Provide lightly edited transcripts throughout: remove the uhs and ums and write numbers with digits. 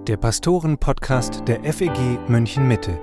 der Pastoren-Podcast der FEG München Mitte.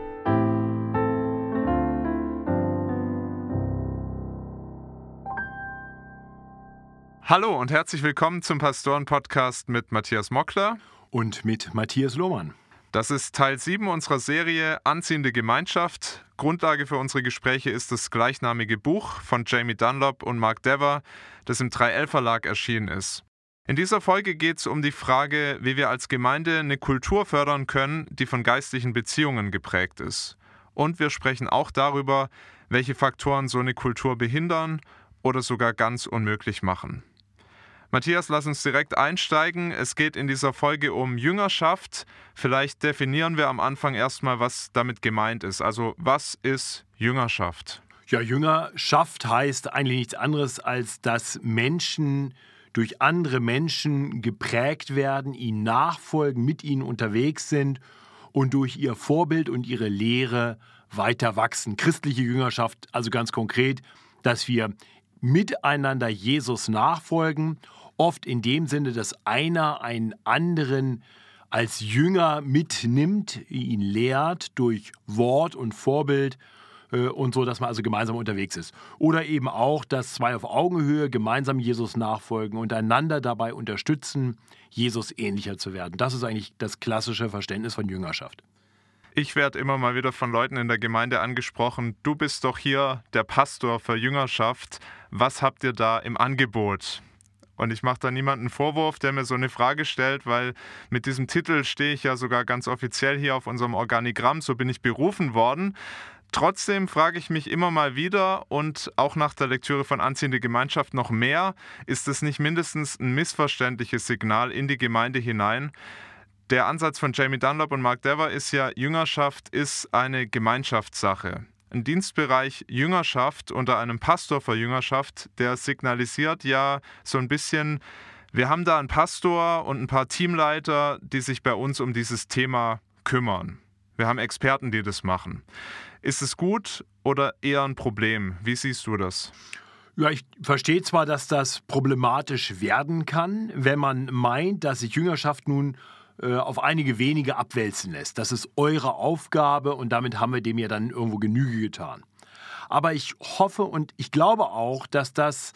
Hallo und herzlich willkommen zum Pastoren-Podcast mit Matthias Mockler und mit Matthias Lohmann. Das ist Teil 7 unserer Serie Anziehende Gemeinschaft. Grundlage für unsere Gespräche ist das gleichnamige Buch von Jamie Dunlop und Mark Dever, das im 3L Verlag erschienen ist. In dieser Folge geht es um die Frage, wie wir als Gemeinde eine Kultur fördern können, die von geistlichen Beziehungen geprägt ist. Und wir sprechen auch darüber, welche Faktoren so eine Kultur behindern oder sogar ganz unmöglich machen. Matthias, lass uns direkt einsteigen. Es geht in dieser Folge um Jüngerschaft. Vielleicht definieren wir am Anfang erstmal, was damit gemeint ist. Also, was ist Jüngerschaft? Ja, Jüngerschaft heißt eigentlich nichts anderes, als dass Menschen durch andere Menschen geprägt werden, ihnen nachfolgen, mit ihnen unterwegs sind und durch ihr Vorbild und ihre Lehre weiter wachsen. Christliche Jüngerschaft, also ganz konkret, dass wir miteinander Jesus nachfolgen, oft in dem Sinne, dass einer einen anderen als Jünger mitnimmt, ihn lehrt durch Wort und Vorbild und so, dass man also gemeinsam unterwegs ist. Oder eben auch, dass zwei auf Augenhöhe gemeinsam Jesus nachfolgen und einander dabei unterstützen, Jesus ähnlicher zu werden. Das ist eigentlich das klassische Verständnis von Jüngerschaft. Ich werde immer mal wieder von Leuten in der Gemeinde angesprochen, du bist doch hier der Pastor für Jüngerschaft, was habt ihr da im Angebot? Und ich mache da niemanden Vorwurf, der mir so eine Frage stellt, weil mit diesem Titel stehe ich ja sogar ganz offiziell hier auf unserem Organigramm, so bin ich berufen worden. Trotzdem frage ich mich immer mal wieder und auch nach der Lektüre von Anziehende Gemeinschaft noch mehr, ist es nicht mindestens ein missverständliches Signal in die Gemeinde hinein? Der Ansatz von Jamie Dunlop und Mark Dever ist ja, Jüngerschaft ist eine Gemeinschaftssache. Ein Dienstbereich Jüngerschaft unter einem Pastor für Jüngerschaft, der signalisiert ja so ein bisschen, wir haben da einen Pastor und ein paar Teamleiter, die sich bei uns um dieses Thema kümmern. Wir haben Experten, die das machen. Ist es gut oder eher ein Problem? Wie siehst du das? Ja, ich verstehe zwar, dass das problematisch werden kann, wenn man meint, dass sich Jüngerschaft nun auf einige wenige abwälzen lässt. Das ist eure Aufgabe und damit haben wir dem ja dann irgendwo Genüge getan. Aber ich hoffe und ich glaube auch, dass das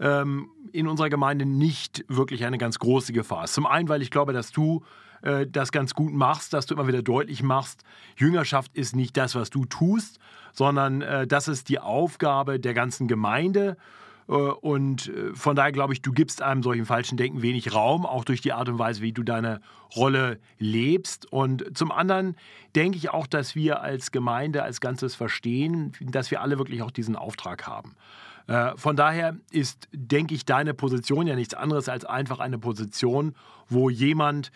in unserer Gemeinde nicht wirklich eine ganz große Gefahr ist. Zum einen, weil ich glaube, dass du das ganz gut machst, dass du immer wieder deutlich machst, Jüngerschaft ist nicht das, was du tust, sondern das ist die Aufgabe der ganzen Gemeinde. Und von daher glaube ich, du gibst einem solchen falschen Denken wenig Raum, auch durch die Art und Weise, wie du deine Rolle lebst. Und zum anderen denke ich auch, dass wir als Gemeinde als Ganzes verstehen, dass wir alle wirklich auch diesen Auftrag haben. Von daher ist, denke ich, deine Position ja nichts anderes als einfach eine Position, wo jemand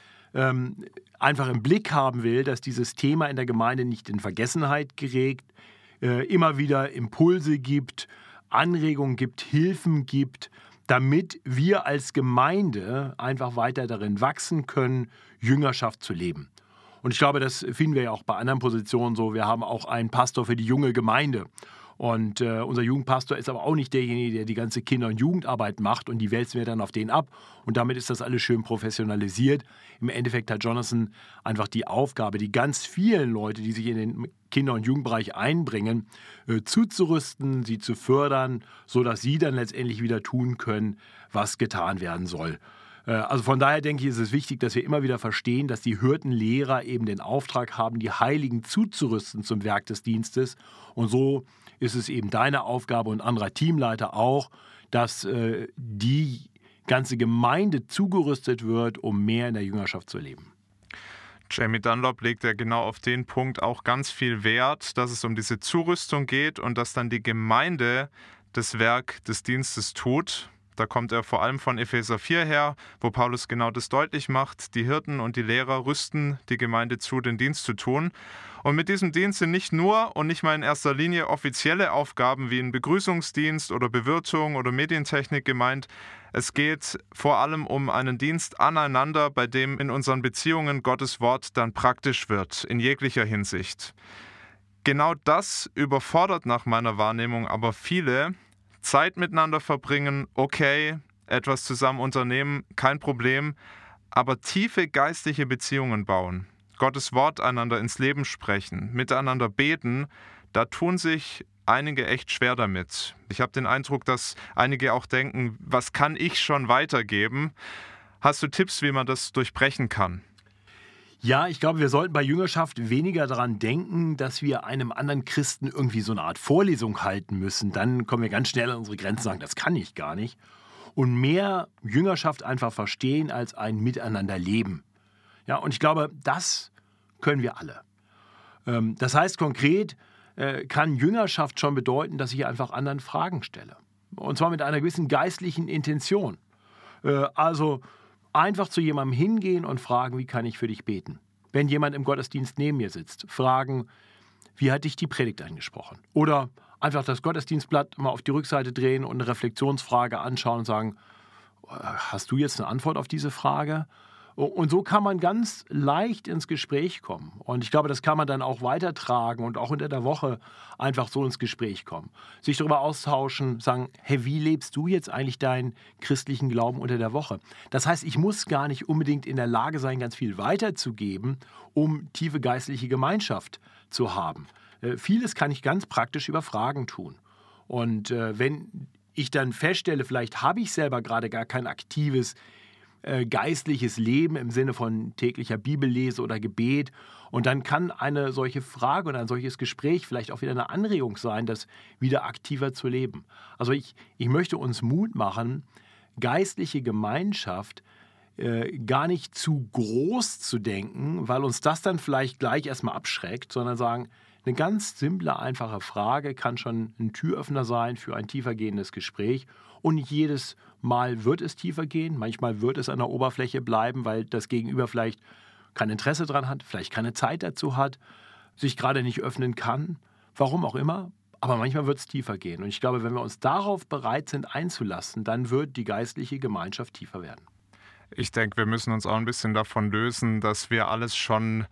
einfach im Blick haben will, dass dieses Thema in der Gemeinde nicht in Vergessenheit gerät, immer wieder Impulse gibt, Anregungen gibt, Hilfen gibt, damit wir als Gemeinde einfach weiter darin wachsen können, Jüngerschaft zu leben. Und ich glaube, das finden wir ja auch bei anderen Positionen so. Wir haben auch einen Pastor für die junge Gemeinde. Und unser Jugendpastor ist aber auch nicht derjenige, der die ganze Kinder- und Jugendarbeit macht und die wälzen wir dann auf den ab. Und damit ist das alles schön professionalisiert. Im Endeffekt hat Jonathan einfach die Aufgabe, die ganz vielen Leute, die sich in den Kinder- und Jugendbereich einbringen, zuzurüsten, sie zu fördern, sodass sie dann letztendlich wieder tun können, was getan werden soll. Also von daher denke ich, ist es wichtig, dass wir immer wieder verstehen, dass die Hirtenlehrer eben den Auftrag haben, die Heiligen zuzurüsten zum Werk des Dienstes. Und so ist es eben deine Aufgabe und anderer Teamleiter auch, dass die ganze Gemeinde zugerüstet wird, um mehr in der Jüngerschaft zu leben. Jamie Dunlop legt ja genau auf den Punkt auch ganz viel Wert, dass es um diese Zurüstung geht und dass dann die Gemeinde das Werk des Dienstes tut. Da kommt er vor allem von Epheser 4 her, wo Paulus genau das deutlich macht. Die Hirten und die Lehrer rüsten die Gemeinde zu, den Dienst zu tun. Und mit diesem Dienst sind nicht nur und nicht mal in erster Linie offizielle Aufgaben wie ein Begrüßungsdienst oder Bewirtung oder Medientechnik gemeint. Es geht vor allem um einen Dienst aneinander, bei dem in unseren Beziehungen Gottes Wort dann praktisch wird, in jeglicher Hinsicht. Genau das überfordert nach meiner Wahrnehmung aber viele. Zeit miteinander verbringen, okay, etwas zusammen unternehmen, kein Problem. Aber tiefe geistliche Beziehungen bauen, Gottes Wort einander ins Leben sprechen, miteinander beten, da tun sich einige echt schwer damit. Ich habe den Eindruck, dass einige auch denken, was kann ich schon weitergeben? Hast du Tipps, wie man das durchbrechen kann? Ja, ich glaube, wir sollten bei Jüngerschaft weniger daran denken, dass wir einem anderen Christen irgendwie so eine Art Vorlesung halten müssen. Dann kommen wir ganz schnell an unsere Grenzen und sagen, das kann ich gar nicht. Und mehr Jüngerschaft einfach verstehen als ein Miteinanderleben. Ja, und ich glaube, das können wir alle. Das heißt konkret, kann Jüngerschaft schon bedeuten, dass ich einfach anderen Fragen stelle. Und zwar mit einer gewissen geistlichen Intention. Also einfach zu jemandem hingehen und fragen, wie kann ich für dich beten? Wenn jemand im Gottesdienst neben mir sitzt, fragen, wie hat dich die Predigt angesprochen? Oder einfach das Gottesdienstblatt mal auf die Rückseite drehen und eine Reflexionsfrage anschauen und sagen, hast du jetzt eine Antwort auf diese Frage? Und so kann man ganz leicht ins Gespräch kommen. Und ich glaube, das kann man dann auch weitertragen und auch unter der Woche einfach so ins Gespräch kommen. Sich darüber austauschen, sagen, hey, wie lebst du jetzt eigentlich deinen christlichen Glauben unter der Woche? Das heißt, ich muss gar nicht unbedingt in der Lage sein, ganz viel weiterzugeben, um tiefe geistliche Gemeinschaft zu haben. Vieles kann ich ganz praktisch über Fragen tun. Und wenn ich dann feststelle, vielleicht habe ich selber gerade gar kein aktives geistliches Leben im Sinne von täglicher Bibellese oder Gebet. Und dann kann eine solche Frage und ein solches Gespräch vielleicht auch wieder eine Anregung sein, das wieder aktiver zu leben. Also ich möchte uns Mut machen, geistliche Gemeinschaft gar nicht zu groß zu denken, weil uns das dann vielleicht gleich erstmal abschreckt, sondern sagen, eine ganz simple, einfache Frage kann schon ein Türöffner sein für ein tiefergehendes Gespräch. Und nicht jedes Mal wird es tiefer gehen. Manchmal wird es an der Oberfläche bleiben, weil das Gegenüber vielleicht kein Interesse daran hat, vielleicht keine Zeit dazu hat, sich gerade nicht öffnen kann, warum auch immer. Aber manchmal wird es tiefer gehen. Und ich glaube, wenn wir uns darauf bereit sind einzulassen, dann wird die geistliche Gemeinschaft tiefer werden. Ich denke, wir müssen uns auch ein bisschen davon lösen, dass wir alles schon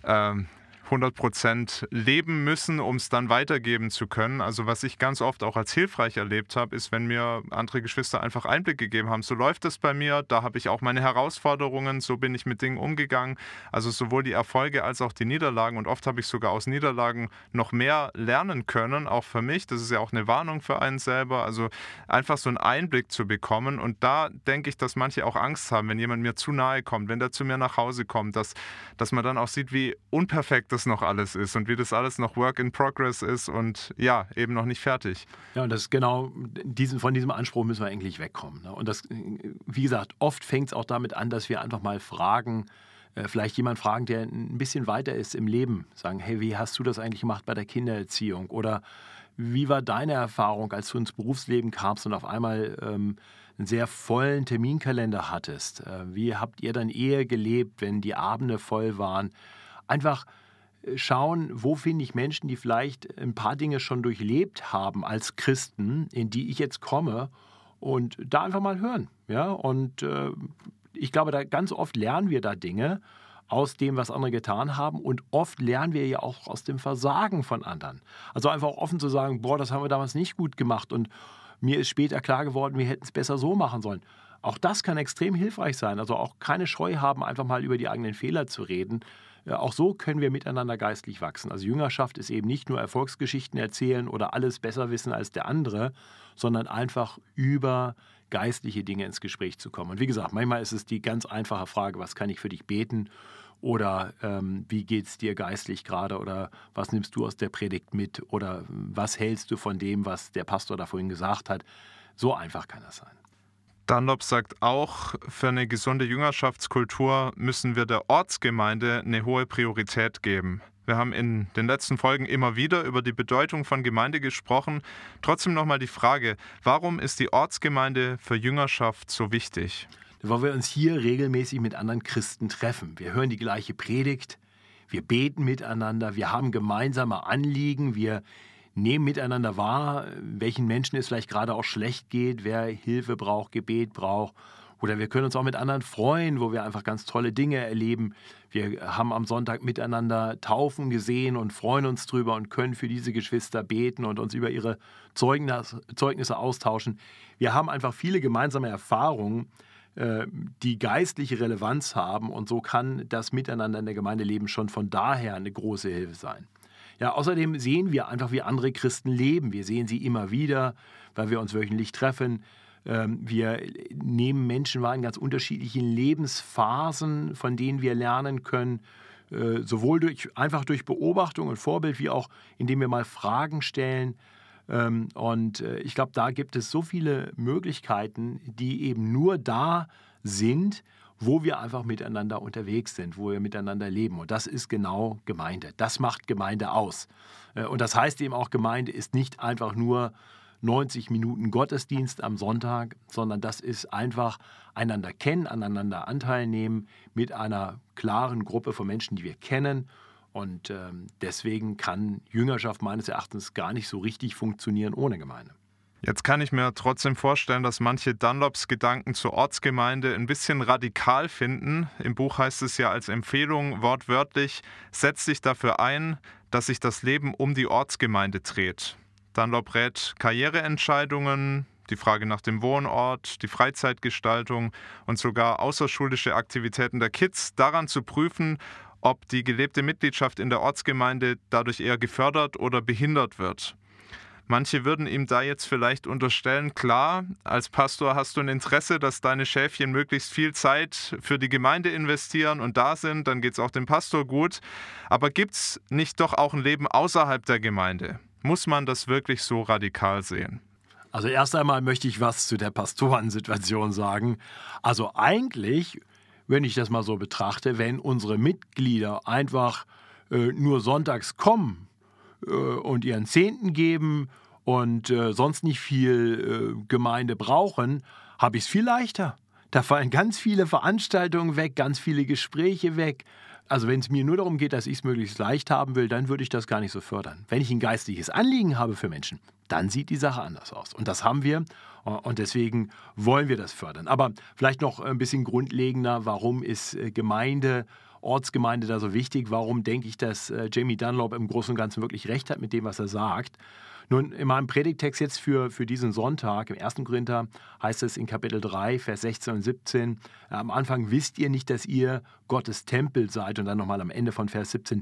100% leben müssen, um es dann weitergeben zu können. Also was ich ganz oft auch als hilfreich erlebt habe, ist, wenn mir andere Geschwister einfach Einblick gegeben haben. So läuft es bei mir, da habe ich auch meine Herausforderungen, so bin ich mit Dingen umgegangen. Also sowohl die Erfolge als auch die Niederlagen. Und oft habe ich sogar aus Niederlagen noch mehr lernen können, auch für mich. Das ist ja auch eine Warnung für einen selber. Also einfach so einen Einblick zu bekommen. Und da denke ich, dass manche auch Angst haben, wenn jemand mir zu nahe kommt, wenn der zu mir nach Hause kommt, dass man dann auch sieht, wie unperfekt das noch alles ist und wie das alles noch Work in Progress ist und ja, eben noch nicht fertig. Ja, und das ist genau, von diesem Anspruch müssen wir eigentlich wegkommen. Ne? Und das, wie gesagt, oft fängt es auch damit an, dass wir einfach mal fragen, vielleicht jemand fragen, der ein bisschen weiter ist im Leben. Sagen, hey, wie hast du das eigentlich gemacht bei der Kindererziehung? Oder wie war deine Erfahrung, als du ins Berufsleben kamst und auf einmal einen sehr vollen Terminkalender hattest? Wie habt ihr dann Ehe gelebt, wenn die Abende voll waren? Einfach schauen, wo finde ich Menschen, die vielleicht ein paar Dinge schon durchlebt haben als Christen, in die ich jetzt komme, und da einfach mal hören. Ja? Und ich glaube, da ganz oft lernen wir da Dinge aus dem, was andere getan haben, und oft lernen wir ja auch aus dem Versagen von anderen. Also einfach offen zu sagen, boah, das haben wir damals nicht gut gemacht und mir ist später klar geworden, wir hätten es besser so machen sollen. Auch das kann extrem hilfreich sein. Also auch keine Scheu haben, einfach mal über die eigenen Fehler zu reden. Auch so können wir miteinander geistlich wachsen. Also Jüngerschaft ist eben nicht nur Erfolgsgeschichten erzählen oder alles besser wissen als der andere, sondern einfach über geistliche Dinge ins Gespräch zu kommen. Und wie gesagt, manchmal ist es die ganz einfache Frage, was kann ich für dich beten? Oder wie geht es dir geistlich gerade? Oder was nimmst du aus der Predigt mit? Oder was hältst du von dem, was der Pastor da vorhin gesagt hat? So einfach kann das sein. Dunlop sagt auch, für eine gesunde Jüngerschaftskultur müssen wir der Ortsgemeinde eine hohe Priorität geben. Wir haben in den letzten Folgen immer wieder über die Bedeutung von Gemeinde gesprochen. Trotzdem nochmal die Frage, warum ist die Ortsgemeinde für Jüngerschaft so wichtig? Weil wir uns hier regelmäßig mit anderen Christen treffen. Wir hören die gleiche Predigt, wir beten miteinander, wir haben gemeinsame Anliegen, wir nehmen miteinander wahr, welchen Menschen es vielleicht gerade auch schlecht geht, wer Hilfe braucht, Gebet braucht. Oder wir können uns auch mit anderen freuen, wo wir einfach ganz tolle Dinge erleben. Wir haben am Sonntag miteinander Taufen gesehen und freuen uns drüber und können für diese Geschwister beten und uns über ihre Zeugnisse austauschen. Wir haben einfach viele gemeinsame Erfahrungen, die geistliche Relevanz haben. Und so kann das Miteinander in der Gemeindeleben schon von daher eine große Hilfe sein. Ja, außerdem sehen wir einfach, wie andere Christen leben. Wir sehen sie immer wieder, weil wir uns wöchentlich treffen. Wir nehmen Menschen wahr in ganz unterschiedlichen Lebensphasen, von denen wir lernen können, sowohl einfach durch Beobachtung und Vorbild, wie auch indem wir mal Fragen stellen. Und ich glaube, da gibt es so viele Möglichkeiten, die eben nur da sind, wo wir einfach miteinander unterwegs sind, wo wir miteinander leben. Und das ist genau Gemeinde. Das macht Gemeinde aus. Und das heißt eben auch, Gemeinde ist nicht einfach nur 90 Minuten Gottesdienst am Sonntag, sondern das ist einfach einander kennen, aneinander Anteil nehmen mit einer klaren Gruppe von Menschen, die wir kennen. Und deswegen kann Jüngerschaft meines Erachtens gar nicht so richtig funktionieren ohne Gemeinde. Jetzt kann ich mir trotzdem vorstellen, dass manche Dunlops Gedanken zur Ortsgemeinde ein bisschen radikal finden. Im Buch heißt es ja als Empfehlung wortwörtlich: Setz dich dafür ein, dass sich das Leben um die Ortsgemeinde dreht. Dunlop rät Karriereentscheidungen, die Frage nach dem Wohnort, die Freizeitgestaltung und sogar außerschulische Aktivitäten der Kids daran zu prüfen, ob die gelebte Mitgliedschaft in der Ortsgemeinde dadurch eher gefördert oder behindert wird. Manche würden ihm da jetzt vielleicht unterstellen, klar, als Pastor hast du ein Interesse, dass deine Schäfchen möglichst viel Zeit für die Gemeinde investieren und da sind, dann geht es auch dem Pastor gut. Aber gibt es nicht doch auch ein Leben außerhalb der Gemeinde? Muss man das wirklich so radikal sehen? Also erst einmal möchte ich was zu der Pastorensituation sagen. Also eigentlich, wenn ich das mal so betrachte, wenn unsere Mitglieder einfach nur sonntags kommen und ihren Zehnten geben und sonst nicht viel Gemeinde brauchen, habe ich es viel leichter. Da fallen ganz viele Veranstaltungen weg, ganz viele Gespräche weg. Also wenn es mir nur darum geht, dass ich es möglichst leicht haben will, dann würde ich das gar nicht so fördern. Wenn ich ein geistliches Anliegen habe für Menschen, dann sieht die Sache anders aus. Und das haben wir und deswegen wollen wir das fördern. Aber vielleicht noch ein bisschen grundlegender, warum ist Ortsgemeinde da so wichtig? Warum denke ich, dass Jamie Dunlop im Großen und Ganzen wirklich recht hat mit dem, was er sagt? Nun, in meinem Predigtext jetzt für diesen Sonntag, im 1. Korinther, heißt es in Kapitel 3, Vers 16 und 17, am Anfang wisst ihr nicht, dass ihr Gottes Tempel seid. Und dann nochmal am Ende von Vers 17,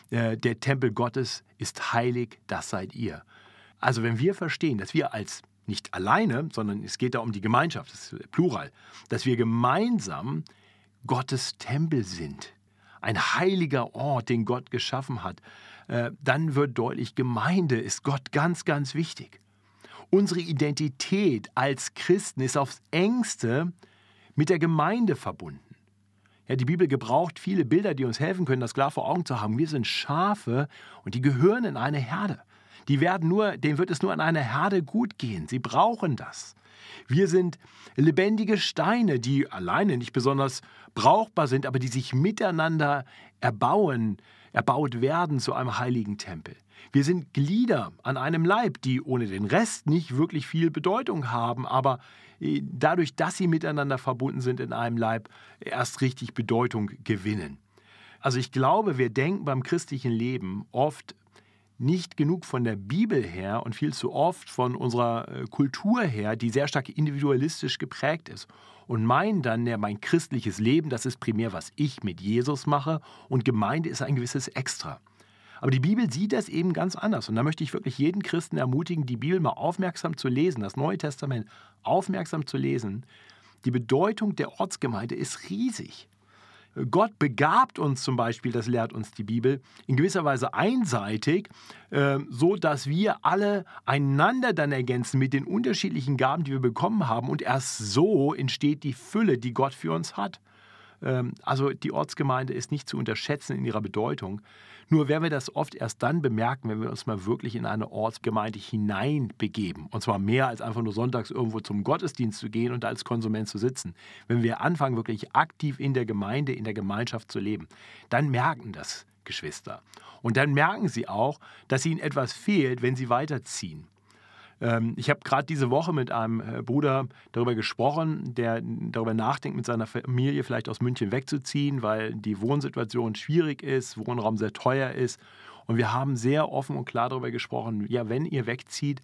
der Tempel Gottes ist heilig, das seid ihr. Also wenn wir verstehen, dass wir als nicht alleine, sondern es geht da um die Gemeinschaft, das ist Plural, dass wir gemeinsam Gottes Tempel sind, ein heiliger Ort, den Gott geschaffen hat, dann wird deutlich, Gemeinde ist Gott ganz, ganz wichtig. Unsere Identität als Christen ist aufs Engste mit der Gemeinde verbunden. Ja, die Bibel gebraucht viele Bilder, die uns helfen können, das klar vor Augen zu haben. Wir sind Schafe und die gehören in eine Herde. Denen wird es nur an einer Herde gut gehen. Sie brauchen das. Wir sind lebendige Steine, die alleine nicht besonders brauchbar sind, aber die sich miteinander erbaut werden zu einem heiligen Tempel. Wir sind Glieder an einem Leib, die ohne den Rest nicht wirklich viel Bedeutung haben, aber dadurch, dass sie miteinander verbunden sind in einem Leib, erst richtig Bedeutung gewinnen. Also ich glaube, wir denken beim christlichen Leben oft nicht genug von der Bibel her und viel zu oft von unserer Kultur her, die sehr stark individualistisch geprägt ist. Und meinen dann, ja, mein christliches Leben, das ist primär, was ich mit Jesus mache und Gemeinde ist ein gewisses Extra. Aber die Bibel sieht das eben ganz anders. Und da möchte ich wirklich jeden Christen ermutigen, die Bibel mal aufmerksam zu lesen, das Neue Testament aufmerksam zu lesen. Die Bedeutung der Ortsgemeinde ist riesig. Gott begabt uns zum Beispiel, das lehrt uns die Bibel, in gewisser Weise einseitig, so dass wir alle einander dann ergänzen mit den unterschiedlichen Gaben, die wir bekommen haben. Und erst so entsteht die Fülle, die Gott für uns hat. Also die Ortsgemeinde ist nicht zu unterschätzen in ihrer Bedeutung. Nur werden wir das oft erst dann bemerken, wenn wir uns mal wirklich in eine Ortsgemeinde hineinbegeben. Und zwar mehr als einfach nur sonntags irgendwo zum Gottesdienst zu gehen und als Konsument zu sitzen. Wenn wir anfangen, wirklich aktiv in der Gemeinde, in der Gemeinschaft zu leben, dann merken das Geschwister. Und dann merken sie auch, dass ihnen etwas fehlt, wenn sie weiterziehen. Ich habe gerade diese Woche mit einem Bruder darüber gesprochen, der darüber nachdenkt, mit seiner Familie vielleicht aus München wegzuziehen, weil die Wohnsituation schwierig ist, Wohnraum sehr teuer ist. Und wir haben sehr offen und klar darüber gesprochen, ja, wenn ihr wegzieht,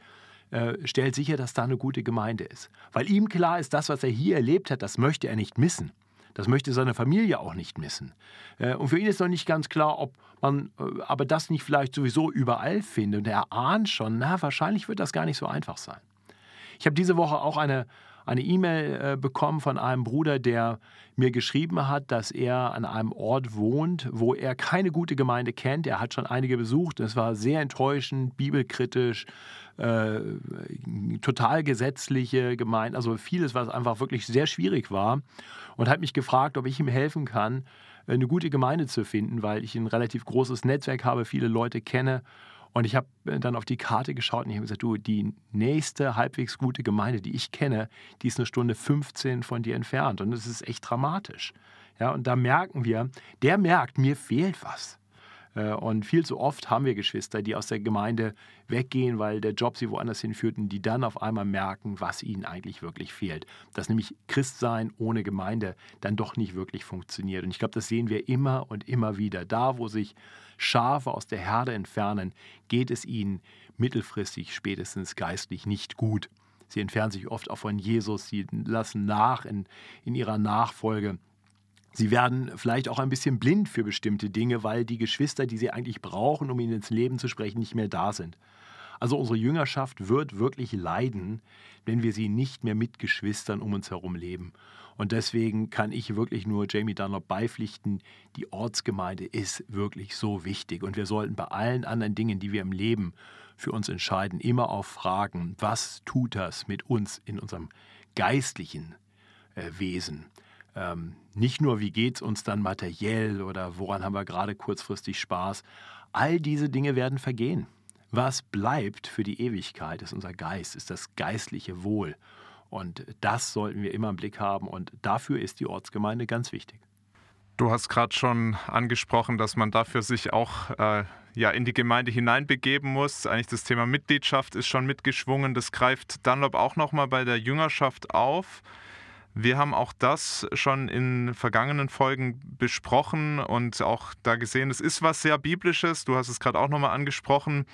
stellt sicher, dass da eine gute Gemeinde ist. Weil ihm klar ist, das, was er hier erlebt hat, das möchte er nicht missen. Das möchte seine Familie auch nicht missen. Und für ihn ist noch nicht ganz klar, ob man aber das nicht vielleicht sowieso überall findet. Und er ahnt schon, wahrscheinlich wird das gar nicht so einfach sein. Ich habe diese Woche auch eine E-Mail bekommen von einem Bruder, der mir geschrieben hat, dass er an einem Ort wohnt, wo er keine gute Gemeinde kennt. Er hat schon einige besucht. Es war sehr enttäuschend, bibelkritisch, total gesetzliche Gemeinde, also vieles, was einfach wirklich sehr schwierig war. Und hat mich gefragt, ob ich ihm helfen kann, eine gute Gemeinde zu finden, weil ich ein relativ großes Netzwerk habe, viele Leute kenne. Und ich habe dann auf die Karte geschaut und ich habe gesagt, du, die nächste halbwegs gute Gemeinde, die ich kenne, die ist 1:15 von dir entfernt. Und das ist echt dramatisch. Ja, und da merken wir, der merkt, mir fehlt was. Und viel zu oft haben wir Geschwister, die aus der Gemeinde weggehen, weil der Job sie woanders hinführt und die dann auf einmal merken, was ihnen eigentlich wirklich fehlt. Dass nämlich Christsein ohne Gemeinde dann doch nicht wirklich funktioniert. Und ich glaube, das sehen wir immer und immer wieder. Da, wo sich Schafe aus der Herde entfernen, geht es ihnen mittelfristig, spätestens geistlich nicht gut. Sie entfernen sich oft auch von Jesus, sie lassen nach in ihrer Nachfolge. Sie werden vielleicht auch ein bisschen blind für bestimmte Dinge, weil die Geschwister, die sie eigentlich brauchen, um ihnen ins Leben zu sprechen, nicht mehr da sind. Also unsere Jüngerschaft wird wirklich leiden, wenn wir sie nicht mehr mit Geschwistern um uns herum leben. Und deswegen kann ich wirklich nur Jamie Dunlop beipflichten, die Ortsgemeinde ist wirklich so wichtig. Und wir sollten bei allen anderen Dingen, die wir im Leben für uns entscheiden, immer auch fragen, was tut das mit uns in unserem geistlichen Wesen? Nicht nur, wie geht es uns dann materiell oder woran haben wir gerade kurzfristig Spaß. All diese Dinge werden vergehen. Was bleibt für die Ewigkeit, ist unser Geist, ist das geistliche Wohl. Und das sollten wir immer im Blick haben und dafür ist die Ortsgemeinde ganz wichtig. Du hast gerade schon angesprochen, dass man dafür sich auch in die Gemeinde hineinbegeben muss. Eigentlich das Thema Mitgliedschaft ist schon mitgeschwungen. Das greift Dunlop auch nochmal bei der Jüngerschaft auf. Wir haben auch das schon in vergangenen Folgen besprochen und auch da gesehen, es ist was sehr Biblisches. Du hast es gerade auch nochmal angesprochen.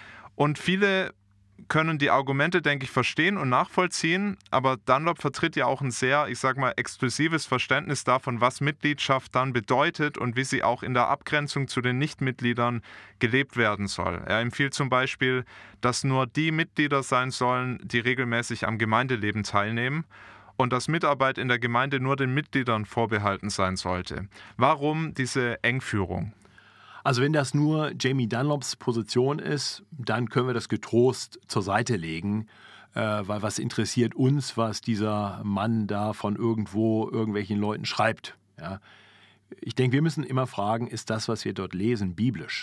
Und viele können die Argumente, denke ich, verstehen und nachvollziehen, aber Dunlop vertritt ja auch ein sehr, exklusives Verständnis davon, was Mitgliedschaft dann bedeutet und wie sie auch in der Abgrenzung zu den Nichtmitgliedern gelebt werden soll. Er empfiehlt zum Beispiel, dass nur die Mitglieder sein sollen, die regelmäßig am Gemeindeleben teilnehmen und dass Mitarbeit in der Gemeinde nur den Mitgliedern vorbehalten sein sollte. Warum diese Engführung? Also wenn das nur Jamie Dunlops Position ist, dann können wir das getrost zur Seite legen, weil was interessiert uns, was dieser Mann da von irgendwelchen Leuten schreibt. Ja? Ich denke, wir müssen immer fragen, ist das, was wir dort lesen, biblisch?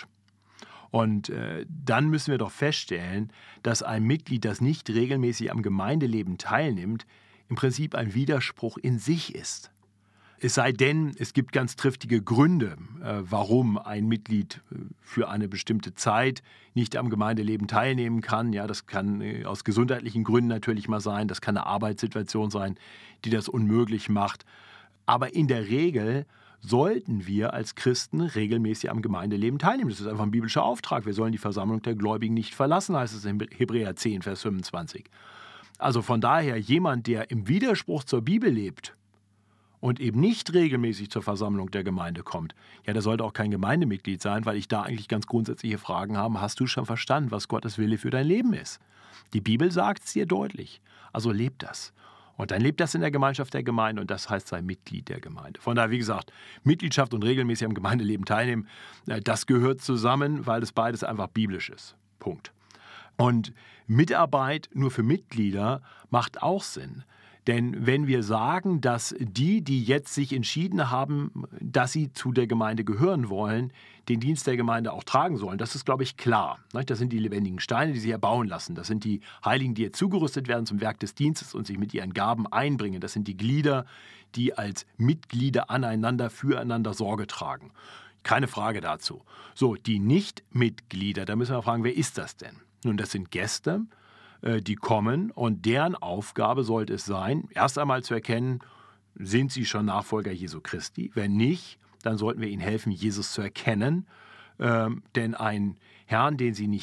Und dann müssen wir doch feststellen, dass ein Mitglied, das nicht regelmäßig am Gemeindeleben teilnimmt, im Prinzip ein Widerspruch in sich ist. Es sei denn, es gibt ganz triftige Gründe, warum ein Mitglied für eine bestimmte Zeit nicht am Gemeindeleben teilnehmen kann. Ja, das kann aus gesundheitlichen Gründen natürlich mal sein, das kann eine Arbeitssituation sein, die das unmöglich macht. Aber in der Regel sollten wir als Christen regelmäßig am Gemeindeleben teilnehmen. Das ist einfach ein biblischer Auftrag. Wir sollen die Versammlung der Gläubigen nicht verlassen, heißt es in Hebräer 10, Vers 25. Also von daher, jemand, der im Widerspruch zur Bibel lebt und eben nicht regelmäßig zur Versammlung der Gemeinde kommt, ja, der sollte auch kein Gemeindemitglied sein, weil ich da eigentlich ganz grundsätzliche Fragen habe. Hast du schon verstanden, was Gottes Wille für dein Leben ist? Die Bibel sagt es dir deutlich. Also lebt das. Und dann lebt das in der Gemeinschaft der Gemeinde und das heißt, sei Mitglied der Gemeinde. Von daher, wie gesagt, Mitgliedschaft und regelmäßig am Gemeindeleben teilnehmen, das gehört zusammen, weil das beides einfach biblisch ist. Punkt. Und Mitarbeit nur für Mitglieder macht auch Sinn. Denn wenn wir sagen, dass die jetzt sich entschieden haben, dass sie zu der Gemeinde gehören wollen, den Dienst der Gemeinde auch tragen sollen, das ist, glaube ich, klar. Das sind die lebendigen Steine, die sich erbauen lassen. Das sind die Heiligen, die jetzt zugerüstet werden zum Werk des Dienstes und sich mit ihren Gaben einbringen. Das sind die Glieder, die als Mitglieder aneinander, füreinander Sorge tragen. Keine Frage dazu. So, die Nichtmitglieder, da müssen wir fragen, wer ist das denn? Nun, das sind Gäste, die kommen und deren Aufgabe sollte es sein, erst einmal zu erkennen, sind sie schon Nachfolger Jesu Christi? Wenn nicht, dann sollten wir ihnen helfen, Jesus zu erkennen. Denn ein Herrn, den sie nicht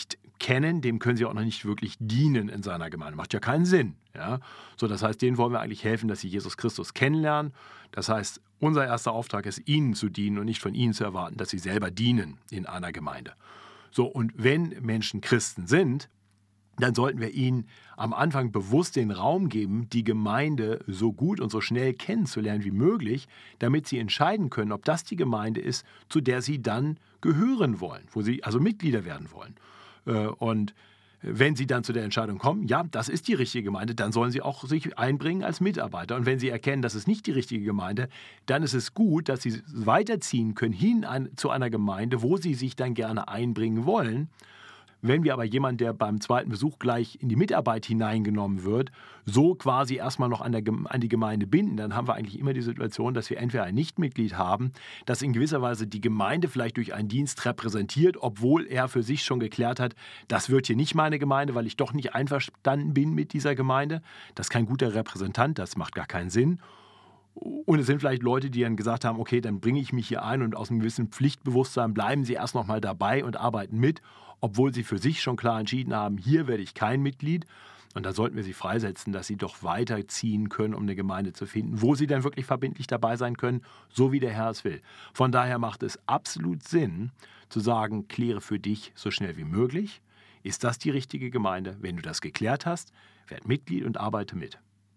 kennen, dem können sie auch noch nicht wirklich dienen in seiner Gemeinde. Macht ja keinen Sinn. Ja? So, das heißt, denen wollen wir eigentlich helfen, dass sie Jesus Christus kennenlernen. Das heißt, unser erster Auftrag ist, ihnen zu dienen und nicht von ihnen zu erwarten, dass sie selber dienen in einer Gemeinde. So, und wenn Menschen Christen sind, dann sollten wir ihnen am Anfang bewusst den Raum geben, die Gemeinde so gut und so schnell kennenzulernen wie möglich, damit sie entscheiden können, ob das die Gemeinde ist, zu der sie dann gehören wollen, wo sie also Mitglieder werden wollen. Und wenn sie dann zu der Entscheidung kommen, ja, das ist die richtige Gemeinde, dann sollen sie auch sich einbringen als Mitarbeiter. Und wenn sie erkennen, das ist nicht die richtige Gemeinde, dann ist es gut, dass sie weiterziehen können hin zu einer Gemeinde, wo sie sich dann gerne einbringen wollen. Wenn wir aber jemanden, der beim zweiten Besuch gleich in die Mitarbeit hineingenommen wird, so quasi erstmal noch an die Gemeinde binden, dann haben wir eigentlich immer die Situation, dass wir entweder ein Nichtmitglied haben, das in gewisser Weise die Gemeinde vielleicht durch einen Dienst repräsentiert, obwohl er für sich schon geklärt hat, das wird hier nicht meine Gemeinde, weil ich doch nicht einverstanden bin mit dieser Gemeinde. Das ist kein guter Repräsentant, das macht gar keinen Sinn. Und es sind vielleicht Leute, die dann gesagt haben, okay, dann bringe ich mich hier ein und aus einem gewissen Pflichtbewusstsein bleiben sie erst noch mal dabei und arbeiten mit, obwohl sie für sich schon klar entschieden haben, hier werde ich kein Mitglied. Und da sollten wir sie freisetzen, dass sie doch weiterziehen können, um eine Gemeinde zu finden, wo sie dann wirklich verbindlich dabei sein können, so wie der Herr es will. Von daher macht es absolut Sinn, zu sagen, kläre für dich so schnell wie möglich, ist das die richtige Gemeinde? Wenn du das geklärt hast, werd Mitglied und arbeite mit.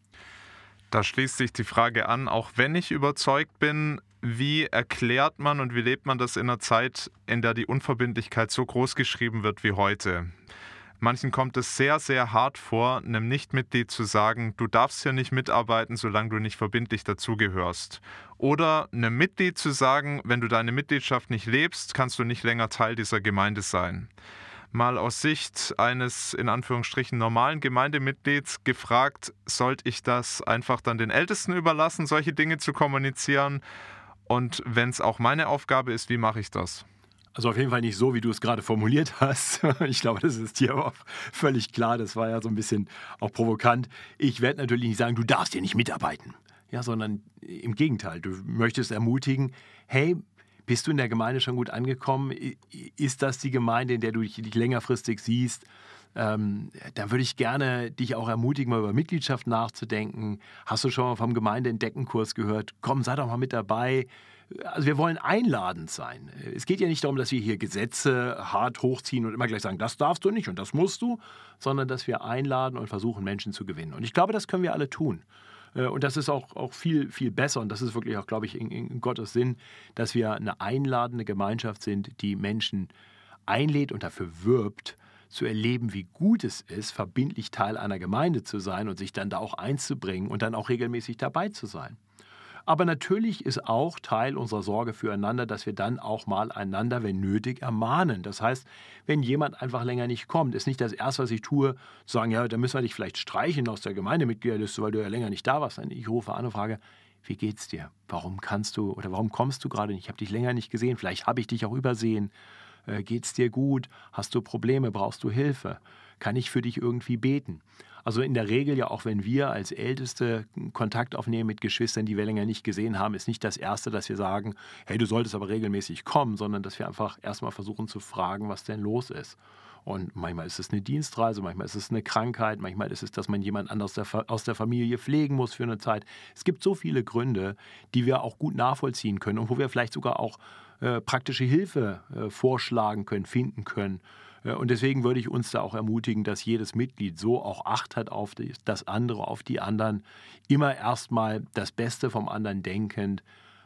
Da schließt sich die Frage an, auch wenn ich überzeugt bin, wie erklärt man und wie lebt man das in einer Zeit, in der die Unverbindlichkeit so groß geschrieben wird wie heute? Manchen kommt es sehr, sehr hart vor, einem Nichtmitglied zu sagen, du darfst hier nicht mitarbeiten, solange du nicht verbindlich dazugehörst. Oder einem Mitglied zu sagen, wenn du deine Mitgliedschaft nicht lebst, kannst du nicht länger Teil dieser Gemeinde sein. Mal aus Sicht eines in Anführungsstrichen normalen Gemeindemitglieds gefragt, sollte ich das einfach dann den Ältesten überlassen, solche Dinge zu kommunizieren? Und wenn es auch meine Aufgabe ist, wie mache ich das? Also auf jeden Fall nicht so, wie du es gerade formuliert hast. Ich glaube, das ist dir aber auch völlig klar. Das war ja so ein bisschen auch provokant. Ich werde natürlich nicht sagen, du darfst hier nicht mitarbeiten. Ja, sondern im Gegenteil. Du möchtest ermutigen, hey, bist du in der Gemeinde schon gut angekommen? Ist das die Gemeinde, in der du dich längerfristig siehst? Dann würde ich gerne dich auch ermutigen, mal über Mitgliedschaft nachzudenken. Hast du schon mal vom Gemeindeentdeckenkurs gehört? Komm, sei doch mal mit dabei. Also wir wollen einladend sein. Es geht ja nicht darum, dass wir hier Gesetze hart hochziehen und immer gleich sagen, das darfst du nicht und das musst du, sondern dass wir einladen und versuchen, Menschen zu gewinnen. Und ich glaube, das können wir alle tun. Und das ist auch viel, viel besser und das ist wirklich auch, glaube ich, in Gottes Sinn, dass wir eine einladende Gemeinschaft sind, die Menschen einlädt und dafür wirbt, zu erleben, wie gut es ist, verbindlich Teil einer Gemeinde zu sein und sich dann da auch einzubringen und dann auch regelmäßig dabei zu sein. Aber natürlich ist auch Teil unserer Sorge füreinander, dass wir dann auch mal einander, wenn nötig, ermahnen. Das heißt, wenn jemand einfach länger nicht kommt, ist nicht das Erste, was ich tue, zu sagen, ja, dann müssen wir dich vielleicht streichen aus der Gemeindemitgliederliste, weil du ja länger nicht da warst. Ich rufe an und frage, wie geht's dir? Warum kommst du gerade nicht? Ich habe dich länger nicht gesehen, vielleicht habe ich dich auch übersehen. Geht's dir gut? Hast du Probleme? Brauchst du Hilfe? Kann ich für dich irgendwie beten? Also in der Regel ja auch, wenn wir als Älteste Kontakt aufnehmen mit Geschwistern, die wir länger nicht gesehen haben, ist nicht das Erste, dass wir sagen, hey, du solltest aber regelmäßig kommen, sondern dass wir einfach erstmal versuchen zu fragen, was denn los ist. Und manchmal ist es eine Dienstreise, manchmal ist es eine Krankheit, manchmal ist es, dass man jemand anderes aus der Familie pflegen muss für eine Zeit. Es gibt so viele Gründe, die wir auch gut nachvollziehen können und wo wir vielleicht sogar auch praktische Hilfe vorschlagen können, finden können. Und deswegen würde ich uns da auch ermutigen, dass jedes Mitglied so auch Acht hat auf das andere, auf die anderen, immer erstmal das Beste vom anderen denkend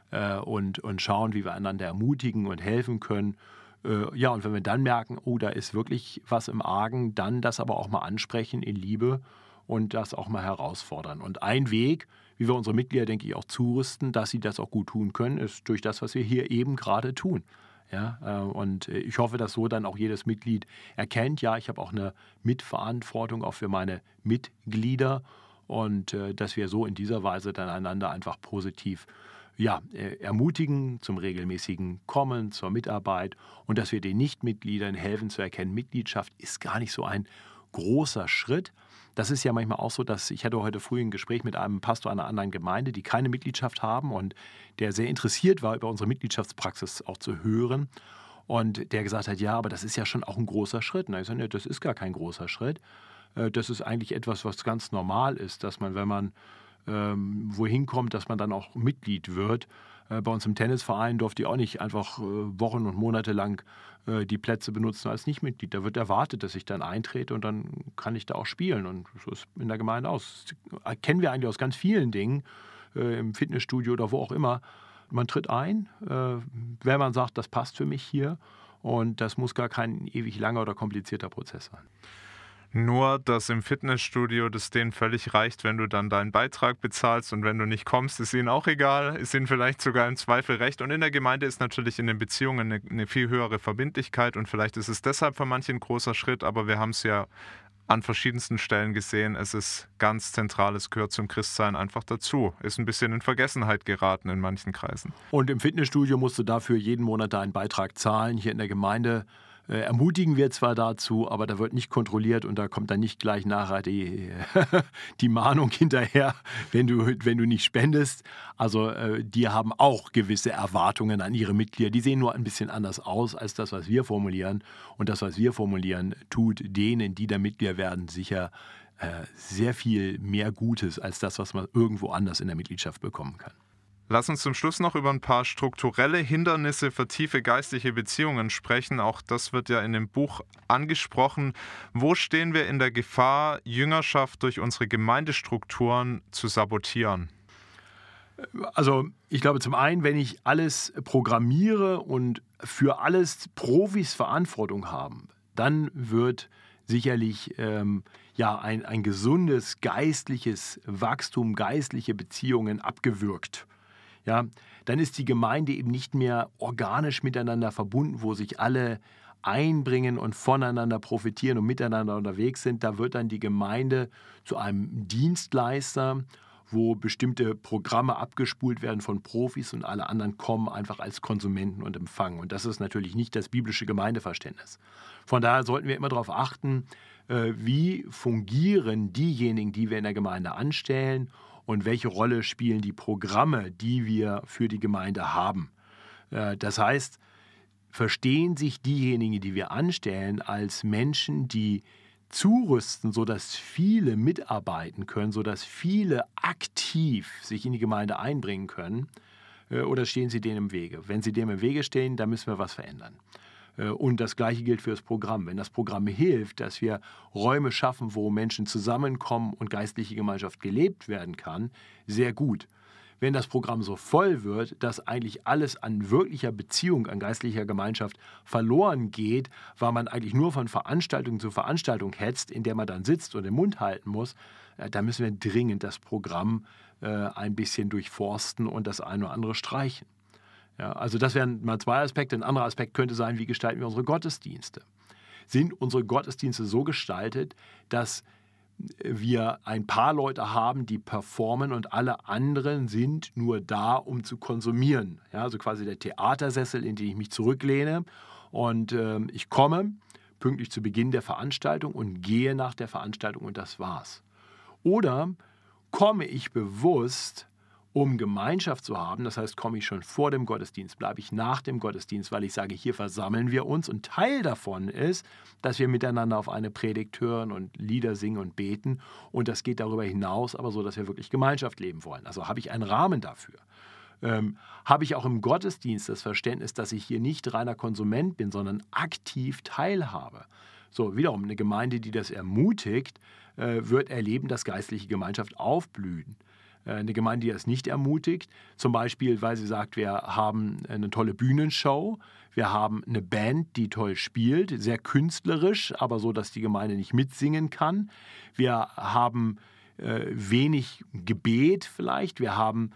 und schauen, wie wir einander ermutigen und helfen können. Ja, und wenn wir dann merken, oh, da ist wirklich was im Argen, dann das aber auch mal ansprechen in Liebe und das auch mal herausfordern. Und ein Weg, wie wir unsere Mitglieder, denke ich, auch zurüsten, dass sie das auch gut tun können, ist durch das, was wir hier eben gerade tun. Ja, und ich hoffe, dass so dann auch jedes Mitglied erkennt, ja, ich habe auch eine Mitverantwortung auch für meine Mitglieder und dass wir so in dieser Weise dann einander einfach positiv ermutigen zum regelmäßigen Kommen, zur Mitarbeit und dass wir den Nichtmitgliedern helfen zu erkennen, Mitgliedschaft ist gar nicht so ein großer Schritt. Das ist ja manchmal auch so, dass ich hatte heute früh ein Gespräch mit einem Pastor einer anderen Gemeinde, die keine Mitgliedschaft haben und der sehr interessiert war, über unsere Mitgliedschaftspraxis auch zu hören. Und der gesagt hat, ja, aber das ist ja schon auch ein großer Schritt. Und ich sage, nee, das ist gar kein großer Schritt. Das ist eigentlich etwas, was ganz normal ist, dass man, wenn man wohin kommt, dass man dann auch Mitglied wird. Bei uns im Tennisverein durfte ich auch nicht einfach Wochen und Monate lang die Plätze benutzen als Nichtmitglied. Da wird erwartet, dass ich dann eintrete und dann kann ich da auch spielen. Und so ist in der Gemeinde aus. Das kennen wir eigentlich aus ganz vielen Dingen, im Fitnessstudio oder wo auch immer. Man tritt ein, wenn man sagt, das passt für mich hier. Und das muss gar kein ewig langer oder komplizierter Prozess sein. Nur, dass im Fitnessstudio das denen völlig reicht, wenn du dann deinen Beitrag bezahlst und wenn du nicht kommst, ist ihnen auch egal, ist ihnen vielleicht sogar im Zweifel recht. Und in der Gemeinde ist natürlich in den Beziehungen eine viel höhere Verbindlichkeit und vielleicht ist es deshalb für manche ein großer Schritt, aber wir haben es ja an verschiedensten Stellen gesehen, es ist ganz zentral, es gehört zum Christsein einfach dazu. Ist ein bisschen in Vergessenheit geraten in manchen Kreisen. Und im Fitnessstudio musst du dafür jeden Monat deinen Beitrag zahlen. Hier in der Gemeinde ermutigen wir zwar dazu, aber da wird nicht kontrolliert und da kommt dann nicht gleich nachher die Mahnung hinterher, wenn du nicht spendest. Also die haben auch gewisse Erwartungen an ihre Mitglieder. Die sehen nur ein bisschen anders aus als das, was wir formulieren. Und das, was wir formulieren, tut denen, die da Mitglieder werden, sicher sehr viel mehr Gutes als das, was man irgendwo anders in der Mitgliedschaft bekommen kann. Lass uns zum Schluss noch über ein paar strukturelle Hindernisse für tiefe geistliche Beziehungen sprechen. Auch das wird ja in dem Buch angesprochen. Wo stehen wir in der Gefahr, Jüngerschaft durch unsere Gemeindestrukturen zu sabotieren? Also ich glaube zum einen, wenn ich alles programmiere und für alles Profis Verantwortung haben, dann wird sicherlich ein gesundes geistliches Wachstum, geistliche Beziehungen abgewürgt. Ja, dann ist die Gemeinde eben nicht mehr organisch miteinander verbunden, wo sich alle einbringen und voneinander profitieren und miteinander unterwegs sind. Da wird dann die Gemeinde zu einem Dienstleister, wo bestimmte Programme abgespult werden von Profis und alle anderen kommen einfach als Konsumenten und empfangen. Und das ist natürlich nicht das biblische Gemeindeverständnis. Von daher sollten wir immer darauf achten, wie fungieren diejenigen, die wir in der Gemeinde anstellen und welche Rolle spielen die Programme, die wir für die Gemeinde haben. Das heißt, verstehen sich diejenigen, die wir anstellen, als Menschen, die zurüsten, sodass viele mitarbeiten können, sodass viele aktiv sich in die Gemeinde einbringen können, oder stehen sie denen im Wege? Wenn sie dem im Wege stehen, dann müssen wir was verändern. Und das Gleiche gilt für das Programm. Wenn das Programm hilft, dass wir Räume schaffen, wo Menschen zusammenkommen und geistliche Gemeinschaft gelebt werden kann, sehr gut. Wenn das Programm so voll wird, dass eigentlich alles an wirklicher Beziehung, an geistlicher Gemeinschaft verloren geht, weil man eigentlich nur von Veranstaltung zu Veranstaltung hetzt, in der man dann sitzt und den Mund halten muss, da müssen wir dringend das Programm ein bisschen durchforsten und das eine oder andere streichen. Ja, also das wären mal zwei Aspekte. Ein anderer Aspekt könnte sein, wie gestalten wir unsere Gottesdienste? Sind unsere Gottesdienste so gestaltet, dass wir ein paar Leute haben, die performen und alle anderen sind nur da, um zu konsumieren? Ja, also quasi der Theatersessel, in den ich mich zurücklehne und ich komme pünktlich zu Beginn der Veranstaltung und gehe nach der Veranstaltung und das war's. Oder komme ich bewusst, um Gemeinschaft zu haben, das heißt, komme ich schon vor dem Gottesdienst, bleibe ich nach dem Gottesdienst, weil ich sage, hier versammeln wir uns und Teil davon ist, dass wir miteinander auf eine Predigt hören und Lieder singen und beten und das geht darüber hinaus, aber so, dass wir wirklich Gemeinschaft leben wollen. Also habe ich einen Rahmen dafür. Habe ich auch im Gottesdienst das Verständnis, dass ich hier nicht reiner Konsument bin, sondern aktiv teilhabe. So, wiederum, eine Gemeinde, die das ermutigt, wird erleben, dass geistliche Gemeinschaft aufblühen. Eine Gemeinde, die das nicht ermutigt, zum Beispiel, weil sie sagt, wir haben eine tolle Bühnenshow, wir haben eine Band, die toll spielt, sehr künstlerisch, aber so, dass die Gemeinde nicht mitsingen kann. Wir haben wenig Gebet vielleicht, wir haben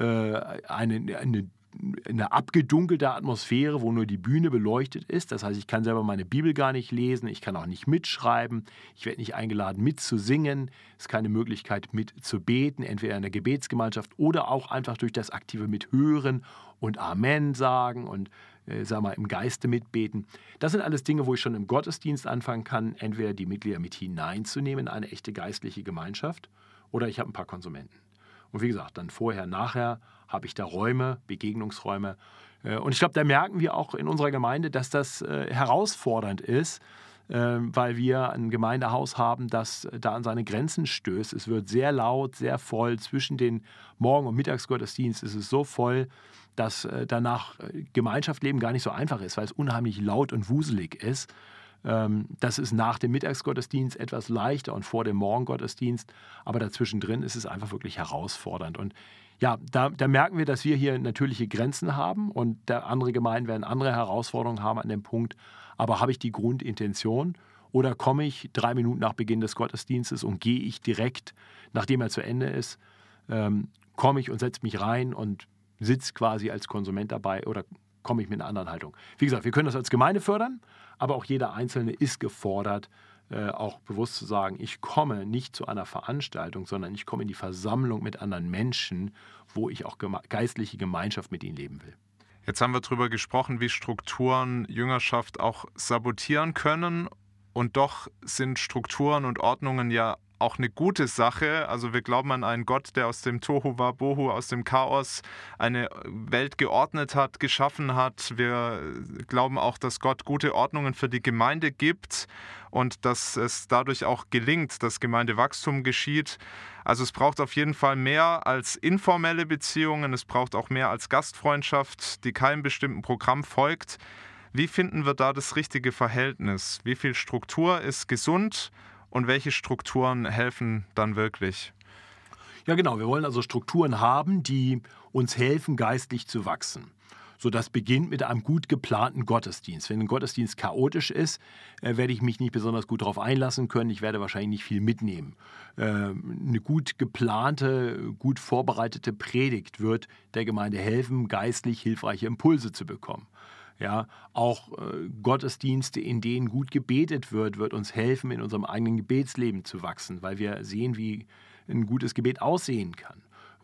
eine abgedunkelte Atmosphäre, wo nur die Bühne beleuchtet ist. Das heißt, ich kann selber meine Bibel gar nicht lesen, ich kann auch nicht mitschreiben, ich werde nicht eingeladen mitzusingen, es ist keine Möglichkeit mitzubeten, entweder in der Gebetsgemeinschaft oder auch einfach durch das aktive Mithören und Amen sagen und im Geiste mitbeten. Das sind alles Dinge, wo ich schon im Gottesdienst anfangen kann, entweder die Mitglieder mit hineinzunehmen in eine echte geistliche Gemeinschaft oder ich habe ein paar Konsumenten. Und wie gesagt, dann vorher, nachher habe ich da Räume, Begegnungsräume. Und ich glaube, da merken wir auch in unserer Gemeinde, dass das herausfordernd ist, weil wir ein Gemeindehaus haben, das da an seine Grenzen stößt. Es wird sehr laut, sehr voll. Zwischen den Morgen- und Mittagsgottesdienst ist es so voll, dass danach Gemeinschaft leben gar nicht so einfach ist, weil es unheimlich laut und wuselig ist. Das ist nach dem Mittagsgottesdienst etwas leichter und vor dem Morgengottesdienst, aber dazwischen drin ist es einfach wirklich herausfordernd. Und ja, da merken wir, dass wir hier natürliche Grenzen haben und andere Gemeinden werden andere Herausforderungen haben an dem Punkt. Aber habe ich die Grundintention oder komme ich 3 Minuten nach Beginn des Gottesdienstes und gehe ich direkt, nachdem er zu Ende ist, komme ich und setze mich rein und sitze quasi als Konsument dabei oder komme ich mit einer anderen Haltung. Wie gesagt, wir können das als Gemeinde fördern, aber auch jeder Einzelne ist gefordert, auch bewusst zu sagen, ich komme nicht zu einer Veranstaltung, sondern ich komme in die Versammlung mit anderen Menschen, wo ich auch geistliche Gemeinschaft mit ihnen leben will. Jetzt haben wir darüber gesprochen, wie Strukturen Jüngerschaft auch sabotieren können. Und doch sind Strukturen und Ordnungen ja auch eine gute Sache. Also wir glauben an einen Gott, der aus dem Tohu Wabohu, aus dem Chaos eine Welt geordnet hat, geschaffen hat. Wir glauben auch, dass Gott gute Ordnungen für die Gemeinde gibt und dass es dadurch auch gelingt, dass Gemeindewachstum geschieht. Also es braucht auf jeden Fall mehr als informelle Beziehungen. Es braucht auch mehr als Gastfreundschaft, die keinem bestimmten Programm folgt. Wie finden wir da das richtige Verhältnis? Wie viel Struktur ist gesund und welche Strukturen helfen dann wirklich? Ja, genau. Wir wollen also Strukturen haben, die uns helfen, geistlich zu wachsen. So, das beginnt mit einem gut geplanten Gottesdienst. Wenn ein Gottesdienst chaotisch ist, werde ich mich nicht besonders gut darauf einlassen können. Ich werde wahrscheinlich nicht viel mitnehmen. Eine gut geplante, gut vorbereitete Predigt wird der Gemeinde helfen, geistlich hilfreiche Impulse zu bekommen. Ja, auch Gottesdienste, in denen gut gebetet wird uns helfen, in unserem eigenen Gebetsleben zu wachsen, weil wir sehen, wie ein gutes Gebet aussehen kann.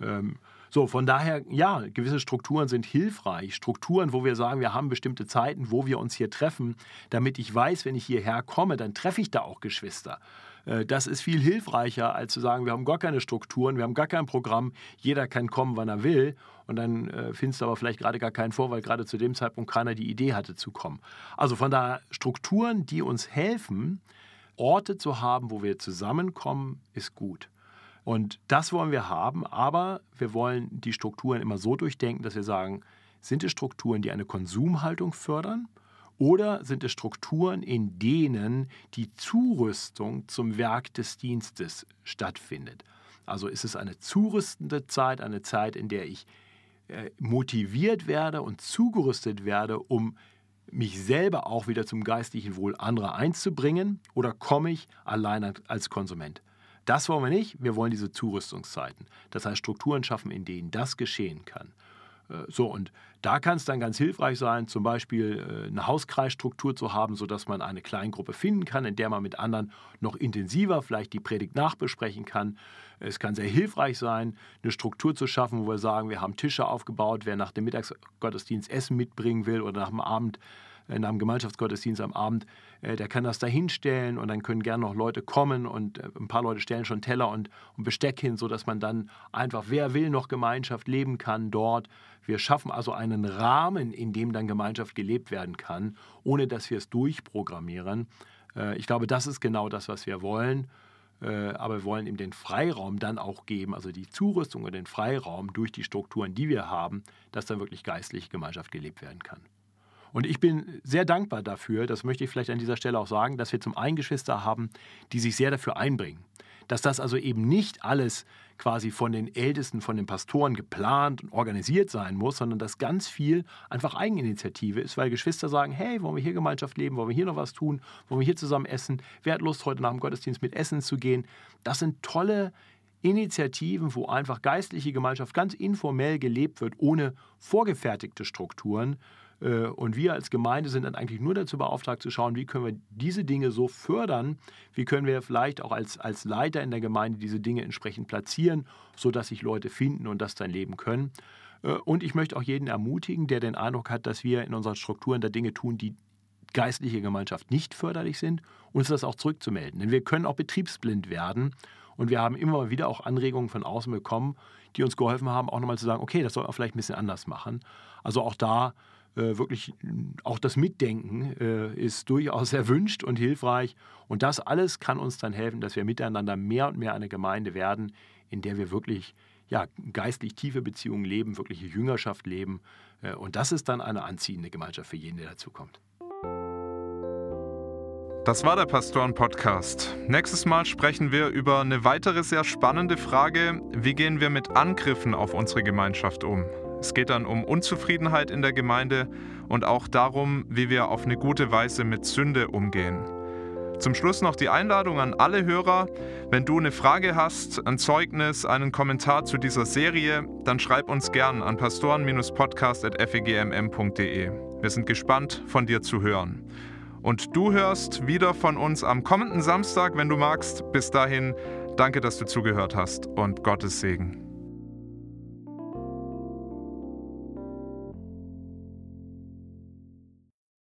So, von daher, ja, gewisse Strukturen sind hilfreich. Strukturen, wo wir sagen, wir haben bestimmte Zeiten, wo wir uns hier treffen, damit ich weiß, wenn ich hierher komme, dann treffe ich da auch Geschwister. Das ist viel hilfreicher, als zu sagen, wir haben gar keine Strukturen, wir haben gar kein Programm, jeder kann kommen, wann er will. Und dann findest du aber vielleicht gerade gar keinen vor, weil gerade zu dem Zeitpunkt keiner die Idee hatte zu kommen. Also von daher Strukturen, die uns helfen, Orte zu haben, wo wir zusammenkommen, ist gut. Und das wollen wir haben, aber wir wollen die Strukturen immer so durchdenken, dass wir sagen, sind es Strukturen, die eine Konsumhaltung fördern? Oder sind es Strukturen, in denen die Zurüstung zum Werk des Dienstes stattfindet? Also ist es eine zurüstende Zeit, eine Zeit, in der ich motiviert werde und zugerüstet werde, um mich selber auch wieder zum geistlichen Wohl anderer einzubringen? Oder komme ich allein als Konsument? Das wollen wir nicht. Wir wollen diese Zurüstungszeiten. Das heißt, Strukturen schaffen, in denen das geschehen kann. So, und da kann es dann ganz hilfreich sein, zum Beispiel eine Hauskreisstruktur zu haben, sodass man eine Kleingruppe finden kann, in der man mit anderen noch intensiver vielleicht die Predigt nachbesprechen kann. Es kann sehr hilfreich sein, eine Struktur zu schaffen, wo wir sagen, wir haben Tische aufgebaut, wer nach dem Mittagsgottesdienst Essen mitbringen will oder nach dem Gemeinschaftsgottesdienst am Abend, der kann das da hinstellen und dann können gerne noch Leute kommen und ein paar Leute stellen schon Teller und Besteck hin, sodass man dann einfach, wer will, noch Gemeinschaft leben kann dort. Wir schaffen also einen Rahmen, in dem dann Gemeinschaft gelebt werden kann, ohne dass wir es durchprogrammieren. Ich glaube, das ist genau das, was wir wollen. Aber wir wollen ihm den Freiraum dann auch geben, also die Zurüstung und den Freiraum durch die Strukturen, die wir haben, dass dann wirklich geistliche Gemeinschaft gelebt werden kann. Und ich bin sehr dankbar dafür, das möchte ich vielleicht an dieser Stelle auch sagen, dass wir zum einen Geschwister haben, die sich sehr dafür einbringen. Dass das also eben nicht alles quasi von den Ältesten, von den Pastoren geplant und organisiert sein muss, sondern dass ganz viel einfach Eigeninitiative ist, weil Geschwister sagen, hey, wollen wir hier Gemeinschaft leben, wollen wir hier noch was tun, wollen wir hier zusammen essen, wer hat Lust, heute nach dem Gottesdienst mit essen zu gehen. Das sind tolle Initiativen, wo einfach geistliche Gemeinschaft ganz informell gelebt wird, ohne vorgefertigte Strukturen. Und wir als Gemeinde sind dann eigentlich nur dazu beauftragt zu schauen, wie können wir diese Dinge so fördern, wie können wir vielleicht auch als Leiter in der Gemeinde diese Dinge entsprechend platzieren, sodass sich Leute finden und das dann leben können. Und ich möchte auch jeden ermutigen, der den Eindruck hat, dass wir in unseren Strukturen da Dinge tun, die geistliche Gemeinschaft nicht förderlich sind, uns das auch zurückzumelden. Denn wir können auch betriebsblind werden Und wir haben immer wieder auch Anregungen von außen bekommen, die uns geholfen haben, auch nochmal zu sagen, okay, das soll man vielleicht ein bisschen anders machen. Also auch da wirklich, auch das Mitdenken ist durchaus erwünscht und hilfreich. Und das alles kann uns dann helfen, dass wir miteinander mehr und mehr eine Gemeinde werden, in der wir wirklich geistlich tiefe Beziehungen leben, wirkliche Jüngerschaft leben. Und das ist dann eine anziehende Gemeinschaft für jeden, der dazukommt. Das war der Pastoren-Podcast. Nächstes Mal sprechen wir über eine weitere sehr spannende Frage: Wie gehen wir mit Angriffen auf unsere Gemeinschaft um? Es geht dann um Unzufriedenheit in der Gemeinde und auch darum, wie wir auf eine gute Weise mit Sünde umgehen. Zum Schluss noch die Einladung an alle Hörer: Wenn du eine Frage hast, ein Zeugnis, einen Kommentar zu dieser Serie, dann schreib uns gern an pastoren-podcast@fegmm.de. Wir sind gespannt, von dir zu hören. Und du hörst wieder von uns am kommenden Samstag, wenn du magst. Bis dahin, danke, dass du zugehört hast und Gottes Segen.